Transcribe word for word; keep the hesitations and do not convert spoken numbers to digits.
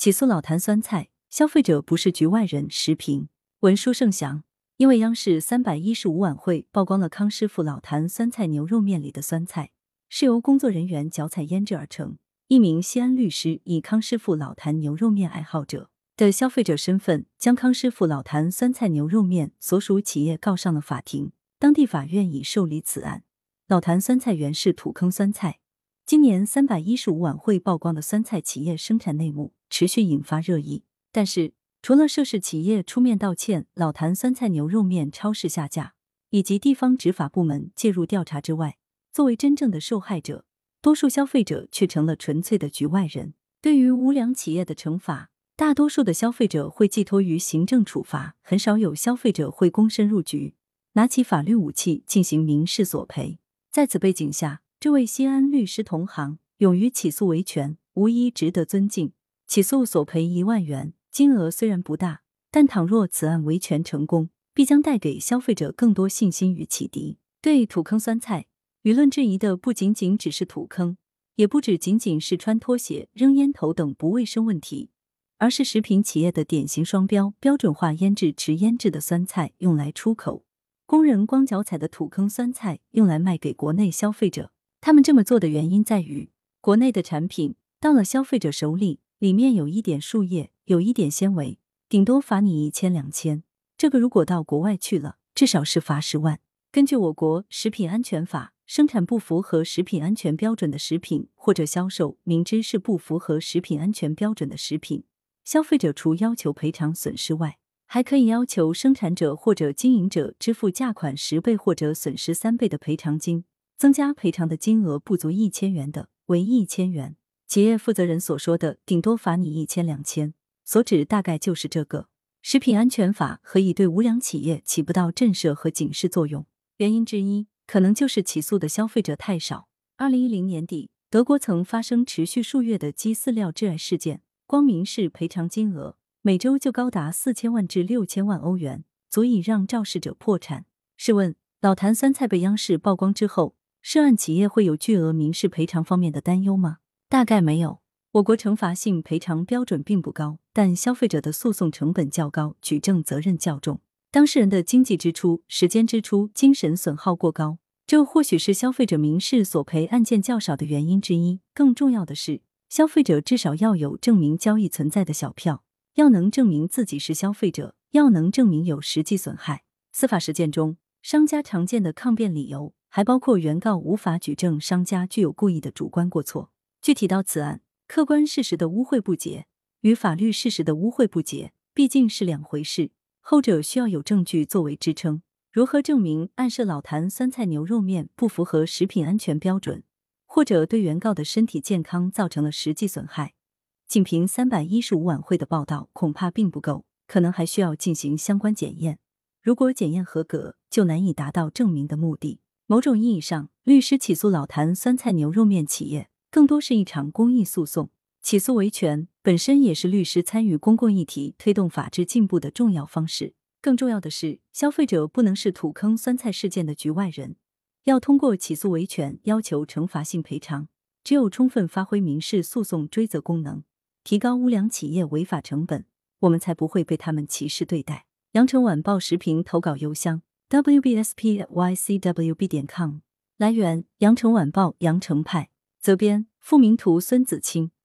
起诉老坛酸菜，消费者不是局外人。时评文书盛祥。因为央视三百一十五晚会曝光了康师傅老坛酸菜牛肉面里的酸菜是由工作人员脚踩腌制而成，一名西安律师以康师傅老坛牛肉面爱好者的消费者身份，将康师傅老坛酸菜牛肉面所属企业告上了法庭。当地法院已受理此案。老坛酸菜原是土坑酸菜，今年三百一十五晚会曝光的酸菜企业生产内幕持续引发热议。但是除了涉事企业出面道歉，老坛酸菜牛肉面超市下架，以及地方执法部门介入调查之外，作为真正的受害者，多数消费者却成了纯粹的局外人。对于无良企业的惩罚，大多数的消费者会寄托于行政处罚，很少有消费者会躬身入局，拿起法律武器进行民事索赔。在此背景下，这位西安律师同行勇于起诉维权，无疑值得尊敬。起诉索赔一万元，金额虽然不大，但倘若此案维权成功，必将带给消费者更多信心与启迪。对土坑酸菜，舆论质疑的不仅仅只是土坑，也不只仅仅是穿拖鞋、扔烟头等不卫生问题，而是食品企业的典型双标，标准化腌制迟腌制的酸菜用来出口，工人光脚踩的土坑酸菜用来卖给国内消费者。他们这么做的原因在于，国内的产品到了消费者手里，里面有一点树叶，有一点纤维，顶多罚你一千两千。这个如果到国外去了，至少是罚十万。根据我国食品安全法，生产不符合食品安全标准的食品，或者销售明知是不符合食品安全标准的食品，消费者除要求赔偿损失外，还可以要求生产者或者经营者支付价款十倍或者损失三倍的赔偿金，增加赔偿的金额不足一千元的，为一千元。企业负责人所说的顶多罚你一千两千，所指大概就是这个。食品安全法何以对无良企业起不到震慑和警示作用？原因之一，可能就是起诉的消费者太少。二零一零年底，德国曾发生持续数月的鸡饲料致癌事件，光民事赔偿金额每周就高达四千万至六千万欧元，足以让肇事者破产。试问，老坛酸菜被央视曝光之后，涉案企业会有巨额民事赔偿方面的担忧吗？大概没有。我国惩罚性赔偿标准并不高，但消费者的诉讼成本较高，举证责任较重，当事人的经济支出、时间支出、精神损耗过高，这或许是消费者民事索赔案件较少的原因之一。更重要的是，消费者至少要有证明交易存在的小票，要能证明自己是消费者，要能证明有实际损害。司法实践中，商家常见的抗辩理由还包括原告无法举证商家具有故意的主观过错。具体到此案，客观事实的污秽不洁与法律事实的污秽不洁毕竟是两回事，后者需要有证据作为支撑。如何证明案涉老坛酸菜牛肉面不符合食品安全标准，或者对原告的身体健康造成了实际损害？仅凭三百一十五晚会的报道恐怕并不够，可能还需要进行相关检验。如果检验合格，就难以达到证明的目的。某种意义上，律师起诉老坛酸菜牛肉面企业更多是一场公益诉讼。起诉维权本身也是律师参与公共议题、推动法治进步的重要方式。更重要的是，消费者不能是土坑酸菜事件的局外人，要通过起诉维权要求惩罚性赔偿。只有充分发挥民事诉讼追责功能，提高无良企业违法成本，我们才不会被他们歧视对待。羊城晚报时评投稿邮箱 w b s p at y c w b 点 com。 来源：羊城晚报羊城派，责编：付明图孙子清。